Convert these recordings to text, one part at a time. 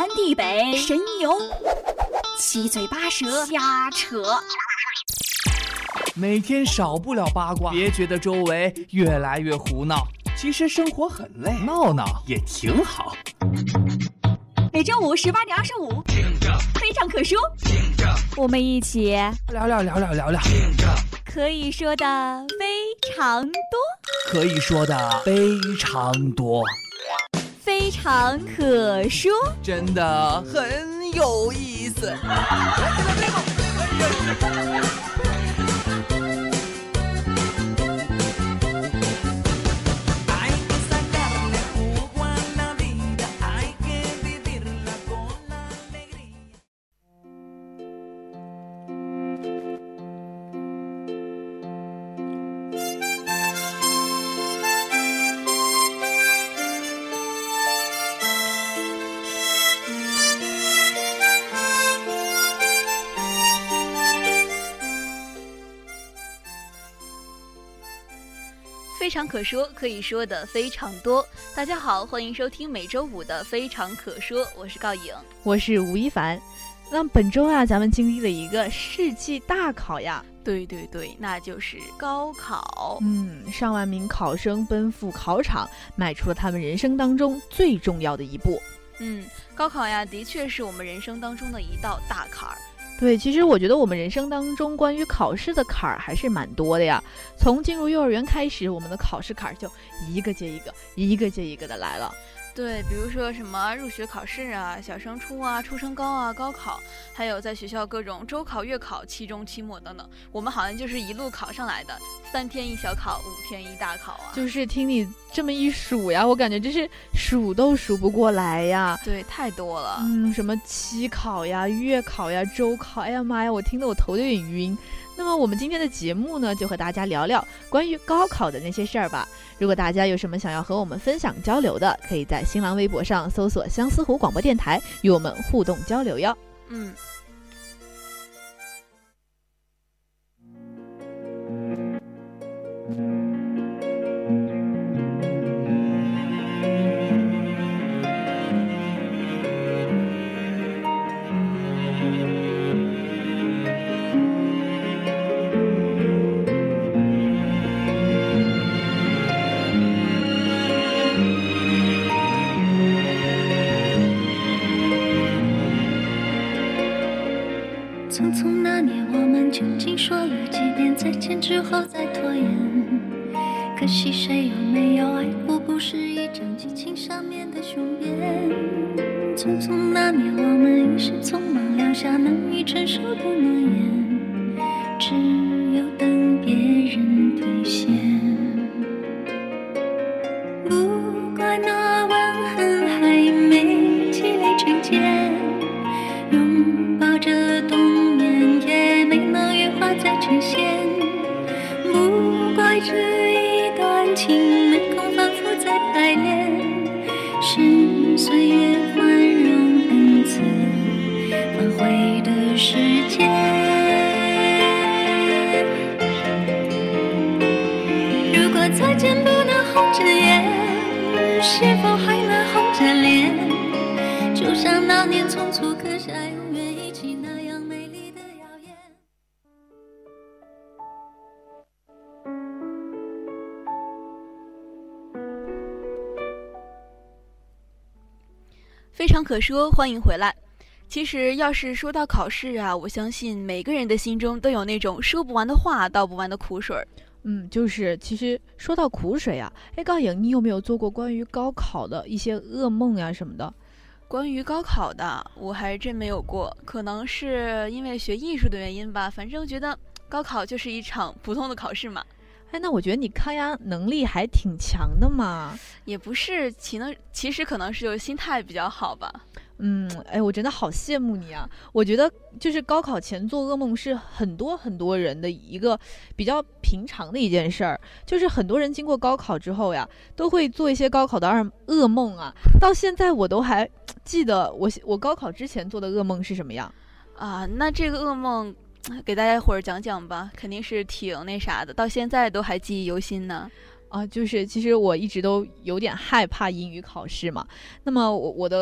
地北，神游，七嘴八舌瞎扯。 每天少不了八卦，别觉得周围越来越胡闹，其实生活很累，闹闹也挺好。 每周五18点25，非常可说，我们一起聊， 可以说的非常多， 可以说的非常多， 非常可说， 真的很有意思。 非常可说，可以说的非常多。大家好，欢迎收听每周五的非常可说，我是告颖， 我是吴一凡。那本周啊，咱们经历了一个世纪大考呀。 对，那就是高考。 上万名考生奔赴考场，迈出了他们人生当中最重要的一步。 高考呀，的确是我们人生当中的一道大坎儿。 对，其实我觉得我们人生当中关于考试的坎儿还是蛮多的呀。从进入幼儿园开始，我们的考试坎儿就一个接一个，一个接一个的来了。 对，比如说什么入学考试啊、小升初啊、初升高啊、高考，还有在学校各种周考、月考、期中、期末等等，我们好像就是一路考上来的，3天一小考，5天一大考啊。 就是听你这么一数呀，我感觉真是数都数不过来呀。 对，太多了。 什么期考呀、月考呀、周考，哎呀妈呀，我听得我头有点晕。那么我们今天的节目呢，就和大家聊聊关于高考的那些事儿吧。如果大家有什么想要和我们分享交流的，可以在新浪微博上搜索相思湖广播电台，与我们互动交流哟。 匆匆那年，我们究竟说了几遍再见之后再拖延？可惜谁有没有爱过，不是一张激情上面的雄辩。匆匆那年，我们一时匆忙撂下难以承受的诺言，只有等别人兑现。不怪那吻痕还没积累成茧，拥抱着冬眠也没能羽化再成仙，不怪这一段情没空反复再排练，是岁月宽容恩赐反悔的时间。如果再见不能红着眼，是否还能红着脸？就像那年匆促刻下永远一起那样美丽的谣言。 非常可说，欢迎回来。其实要是说到考试啊，我相信每个人的心中都有那种说不完的话，倒不完的苦水。 就是其实说到苦水啊，高颖，你有没有做过关于高考的一些噩梦呀什么的？ 关于高考的，我还真没有过，可能是因为学艺术的原因吧。反正觉得高考就是一场普通的考试嘛。 那我觉得你抗压能力还挺强的嘛。 也不是，其实可能是心态比较好吧。 我真的好羡慕你啊！我觉得就是高考前做噩梦是很多很多人的一个比较平常的一件事儿，就是很多人经过高考之后呀，都会做一些高考的噩梦啊。到现在我都还记得我高考之前做的噩梦是什么样啊？那这个噩梦给大家伙儿讲讲吧，肯定是挺那啥的，到现在都还记忆犹新呢。 就是其实我一直都有点害怕英语考试嘛。那么我的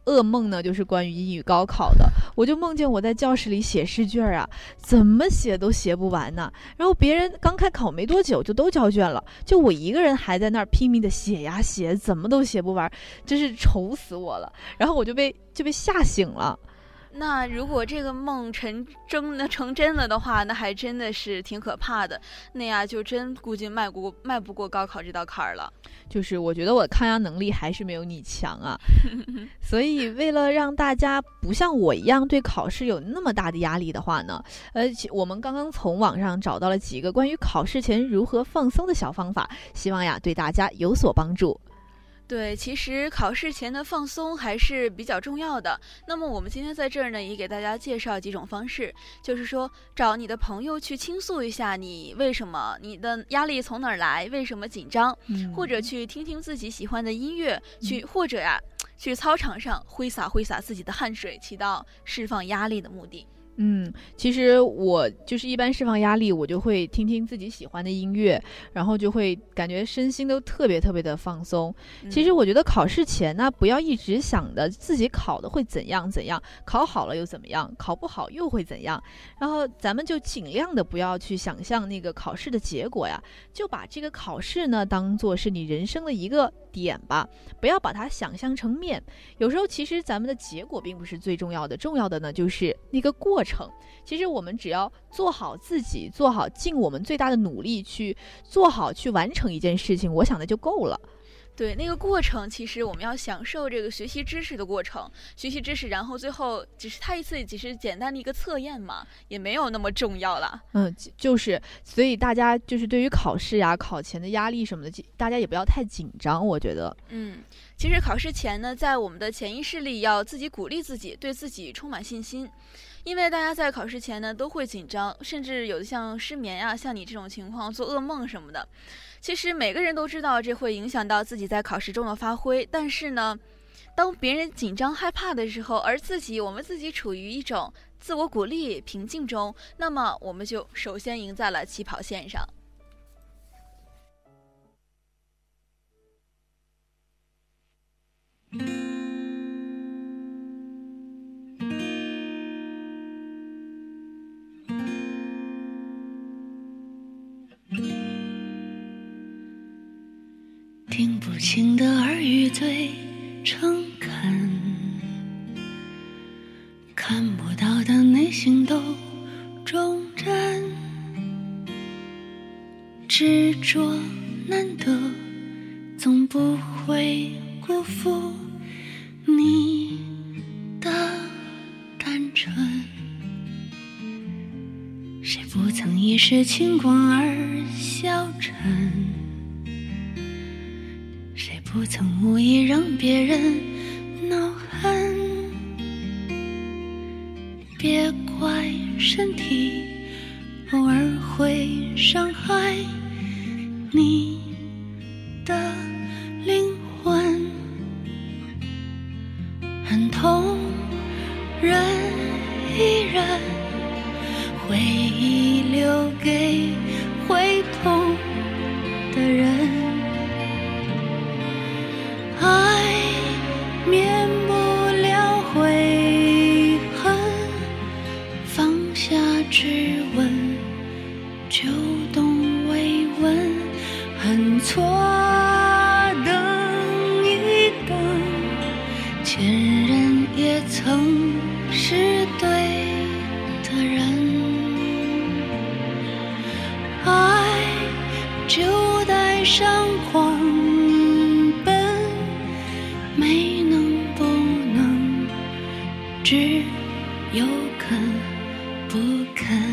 噩梦呢，就是关于英语高考的。我就梦见我在教室里写试卷啊，怎么写都写不完呢。然后别人刚开考没多久就都交卷了，就我一个人还在那儿拼命的写呀写，怎么都写不完，真是愁死我了。然后我就被吓醒了。 那如果这个梦成真了的话，那还真的是挺可怕的。那样就真估计迈不过高考这道坎儿了。 就是我觉得我抗压能力还是没有你强啊。所以为了让大家不像我一样对考试有那么大的压力的话呢，我们刚刚从网上找到了几个关于考试前如何放松的小方法，希望呀对大家有所帮助。 对，其实考试前的放松还是比较重要的。那么我们今天在这儿呢，也给大家介绍几种方式，就是说找你的朋友去倾诉一下你为什么你的压力从哪儿来，为什么紧张，或者去听听自己喜欢的音乐，或者去操场上挥洒自己的汗水，起到释放压力的目的。 其实我就是一般释放压力，我就会听听自己喜欢的音乐，然后就会感觉身心都特别的放松。其实我觉得考试前呢，不要一直想着自己考的会怎样，考好了又怎么样，考不好又会怎样。然后咱们就尽量的不要去想象那个考试的结果呀，就把这个考试呢当做是你人生的一个点吧，不要把它想象成面。有时候其实咱们的结果并不是最重要的，重要的呢就是那个过程。其实我们只要做好自己，做好尽我们最大的努力去做好去完成一件事情，我想的就够了。 对，那个过程其实我们要享受这个学习知识的过程，学习知识，然后最后只是简单的一个测验嘛，也没有那么重要了。 就是所以大家就是对于考试呀、考前的压力什么的，大家也不要太紧张，我觉得。 其实考试前呢，在我们的潜意识里要自己鼓励自己，对自己充满信心。因为大家在考试前呢都会紧张，甚至有的像失眠呀，像你这种情况做噩梦什么的。其实每个人都知道这会影响到自己在考试中的发挥，但是呢，当别人紧张害怕的时候，而我们自己处于一种自我鼓励平静中，那么我们就首先赢在了起跑线上。 听不清的耳语最诚恳，看不到的内心都忠贞，执着难得，总不会辜负你的单纯。谁不曾一时轻狂而消沉，不曾无意让别人恼恨，别怪身体偶尔会伤害你的灵魂，很痛忍一忍，回忆留给会痛的人。免不了悔恨，放下质问，就懂慰问，很错等一等，前人也曾是对的人，爱就带上狂奔，没能不能，只有肯不肯。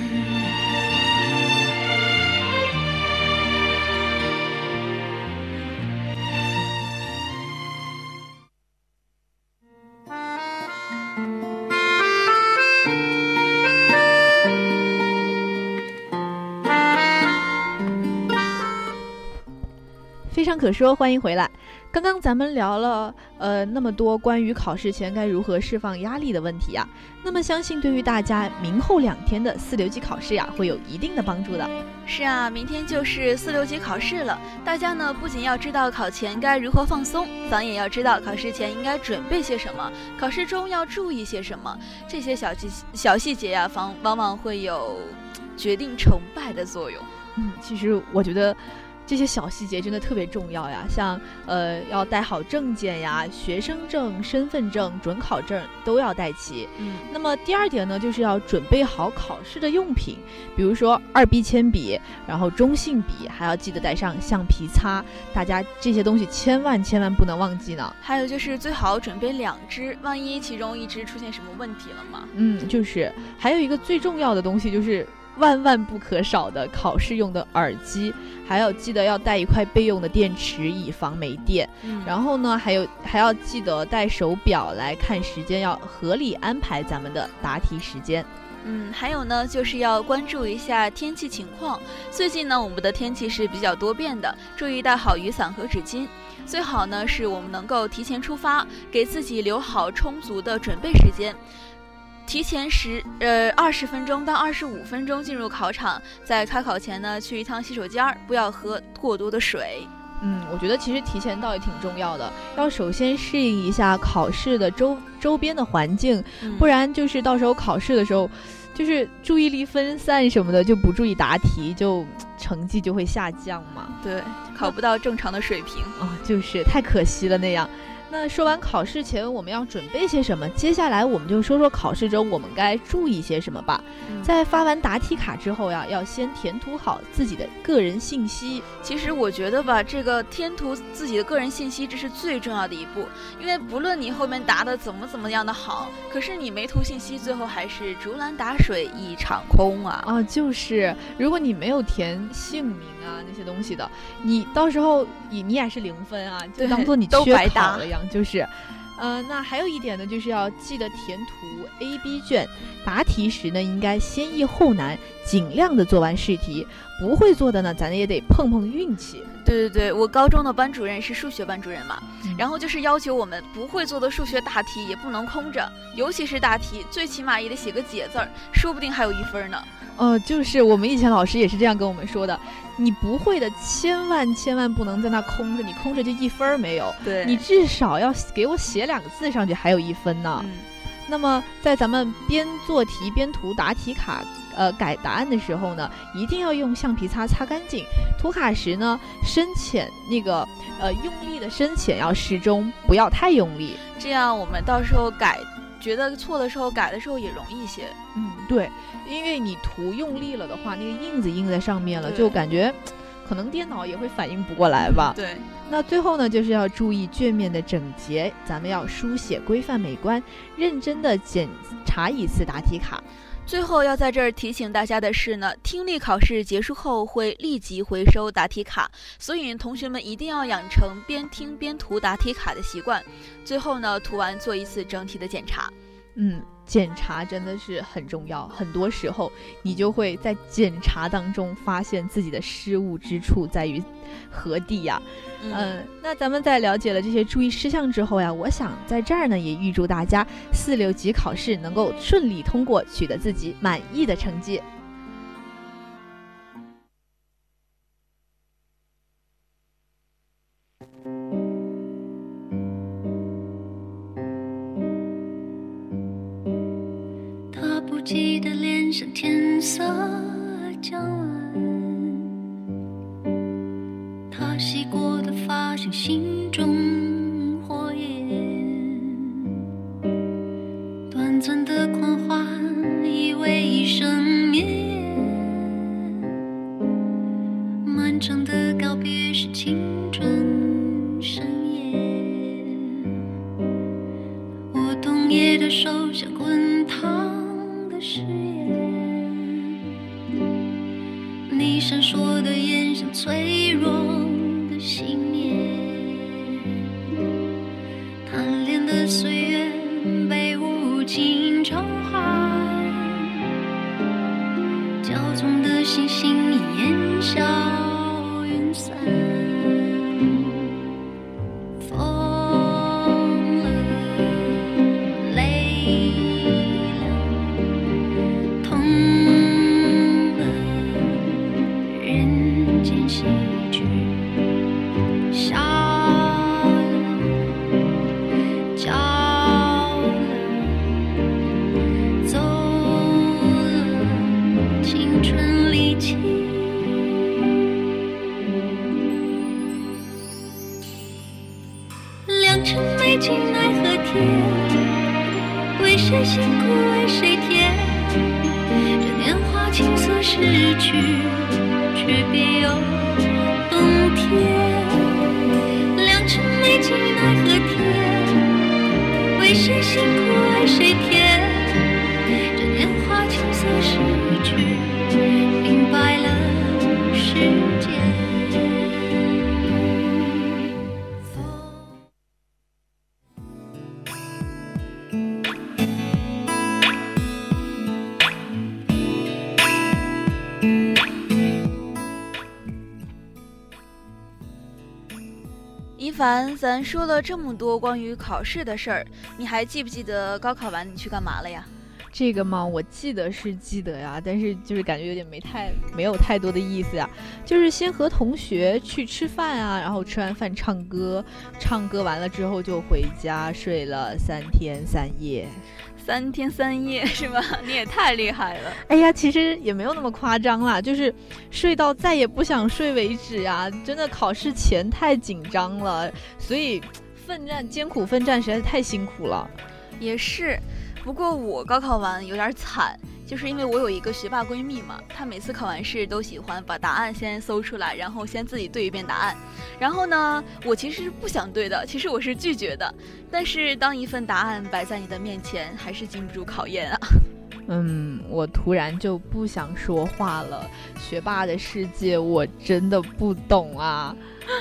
非常可说，欢迎回来。 刚刚咱们聊了那么多关于考试前该如何释放压力的问题呀，那么相信对于大家明后2天的4留级考试呀会有一定的帮助的。 是啊，明天就是4留级考试了，大家呢不仅要知道考前该如何放松，咱也要知道考试前应该准备些什么，考试中要注意些什么，这些小细节呀，往往会有决定成败的作用。 其实我觉得这些小细节真的特别重要呀，像要带好证件呀，学生证、身份证、准考证都要带齐。那么第2点呢，就是要准备好考试的用品，比如说2B 铅笔，然后中性笔，还要记得带上橡皮擦，大家这些东西千万不能忘记呢。 还有就是最好准备2支，万一其中1支出现什么问题了嘛。 就是还有一个最重要的东西就是万不可少的考试用的耳机，还要记得要带1块备用的电池，以防没电。然后呢，还要记得带手表来看时间，要合理安排咱们的答题时间。 还有呢，就是要关注一下天气情况。最近呢，我们的天气是比较多变的，注意带好雨伞和纸巾。最好呢，是我们能够提前出发，给自己留好充足的准备时间。提前20分钟到25分钟进入考场，在开考前呢，去一趟洗手间，不要喝过多的水。 我觉得其实提前到也挺重要的，要首先适应一下考试的周边的环境，不然就是到时候考试的时候，就是注意力分散什么的，就不注意答题，就成绩就会下降嘛。 对，考不到正常的水平就是太可惜了那样。那说完考试前我们要准备些什么，接下来我们就说说考试中我们该注意些什么吧。在发完答题卡之后呀，要先填涂好自己的个人信息。 其实我觉得吧，这个填涂自己的个人信息，这是最重要的一步，因为不论你后面答的怎么样的好，可是你没涂信息，最后还是竹篮打水一场空啊。 就是如果你没有填姓名啊那些东西的，你到时候你也是0分啊，就当做你缺考了一样。就是那还有一点呢，就是要记得填涂 A、B 卷，答题时呢应该先易后难，尽量的做完试题，不会做的呢咱也得碰运气。 对，我高中的班主任是数学班主任嘛，然后就是要求我们不会做的数学大题也不能空着，尤其是大题最起码也得写个解字儿，说不定还有1分呢。 就是我们以前老师也是这样跟我们说的，你不会的千万不能在那空着，你空着就1分没有。 对， 你至少要给我写2个字上去，还有1分呢。那么在咱们边做题边涂答题卡改答案的时候呢，一定要用橡皮擦擦干净。涂卡时呢，深浅那个用力的深浅要适中，不要太用力， 这样我们到时候觉得错的时候改的时候也容易一些。 对，因为你涂用力了的话，那个印子印在上面了，就感觉可能电脑也会反应不过来吧。 对， 那最后呢，就是要注意卷面的整洁，咱们要书写规范美观，认真的检查一次答题卡。 最后要在这儿提醒大家的是呢，听力考试结束后会立即回收答题卡，所以同学们一定要养成边听边涂答题卡的习惯。最后呢，涂完做一次整体的检查。 检查真的是很重要，很多时候你就会在检查当中发现自己的失误之处在于何地呀。那咱们在了解了这些注意事项之后呀，我想在这儿呢也预祝大家4留级考试能够顺利通过，取得自己满意的成绩。 不记得脸上天色将晚，他洗过的发像心中火焰，短暂的狂欢以为一生眠，漫长的告别是青春盛宴，我冬夜的手像滚烫誓言，你闪烁的眼像脆弱的信念，贪恋的岁月被无情召唤，骄纵的星星烟消云散， 为谁辛苦为谁甜？这年华青涩逝去，却别有冬天。良辰美景奈何天，为谁辛苦为谁甜？这年华青涩逝去，明白了世间。 一凡，咱说了这么多关于考试的事儿，你还记不记得高考完你去干嘛了呀？ 这个嘛，我记得是记得呀，但是就是感觉有点没有太多的意思呀。就是先和同学去吃饭啊，然后吃完饭唱歌，唱歌完了之后就回家睡了3天3夜。 3天3夜是吧？你也太厉害了。 哎呀，其实也没有那么夸张啦，就是睡到再也不想睡为止呀。真的考试前太紧张了，所以艰苦奋战实在是太辛苦了。 也是，不过我高考完有点惨，就是因为我有一个学霸闺蜜嘛，她每次考完试都喜欢把答案先搜出来，然后先自己对一遍答案。然后呢，我其实是不想对的，其实我是拒绝的。但是当一份答案摆在你的面前，还是经不住考验啊。 我突然就不想说话了。学霸的世界我真的不懂啊。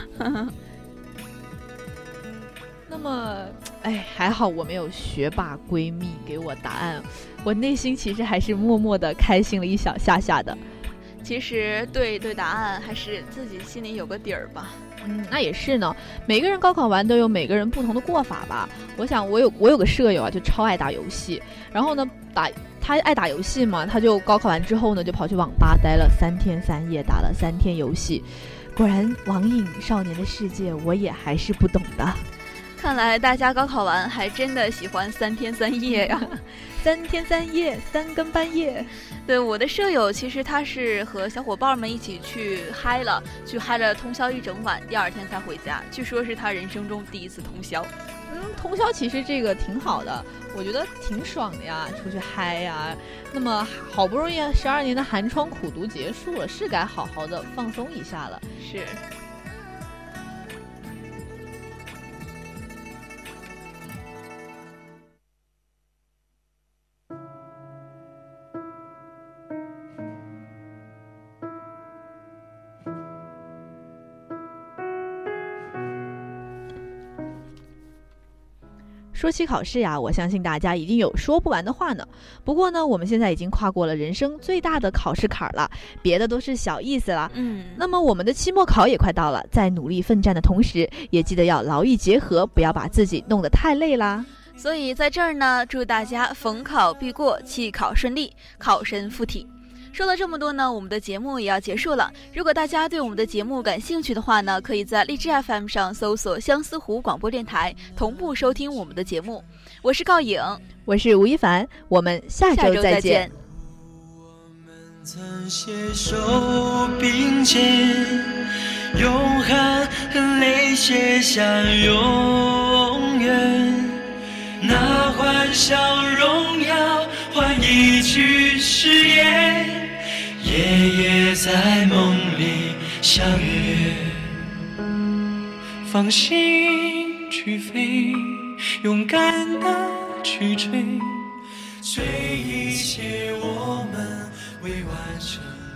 那么，还好我没有学霸闺蜜给我答案，我内心其实还是默默的开心了一小下下的。 其实对答案还是自己心里有个底儿吧。 那也是呢，每个人高考完都有每个人不同的过法吧。我想我有个舍友啊，就超爱打游戏，然后呢他爱打游戏嘛，他就高考完之后呢，就跑去网吧待了3天3夜，打了3天游戏。果然网瘾少年的世界我也还是不懂的。 看来大家高考完还真的喜欢3天3夜呀。 3天3夜3更半夜。 对，我的舍友其实他是和小伙伴们一起去嗨了通宵一整晚，第2天才回家，据说是他人生中第一次通宵。 通宵其实这个挺好的，我觉得挺爽的呀，出去嗨呀。那么好不容易12年的寒窗苦读结束了，是该好好的放松一下了。 是。 说起考试呀，我相信大家一定有说不完的话呢。不过呢，我们现在已经跨过了人生最大的考试坎了，别的都是小意思啦。那么我们的期末考也快到了，在努力奋战的同时，也记得要劳逸结合，不要把自己弄得太累啦。 所以在这儿呢，祝大家逢考必过，期考顺利，考神附体。说了这么多呢，我们的节目也要结束了。如果大家对我们的节目感兴趣的话呢，可以在荔枝 FM 上搜索相思湖广播电台，同步收听我们的节目。我是告颖， 我是吴一凡，我们下周再见。 我们曾携手并肩，用汗和泪写下永远，那欢笑荣耀换一曲誓言，夜夜在梦里相约，放心去飞，勇敢地去追，追一切我们未完成。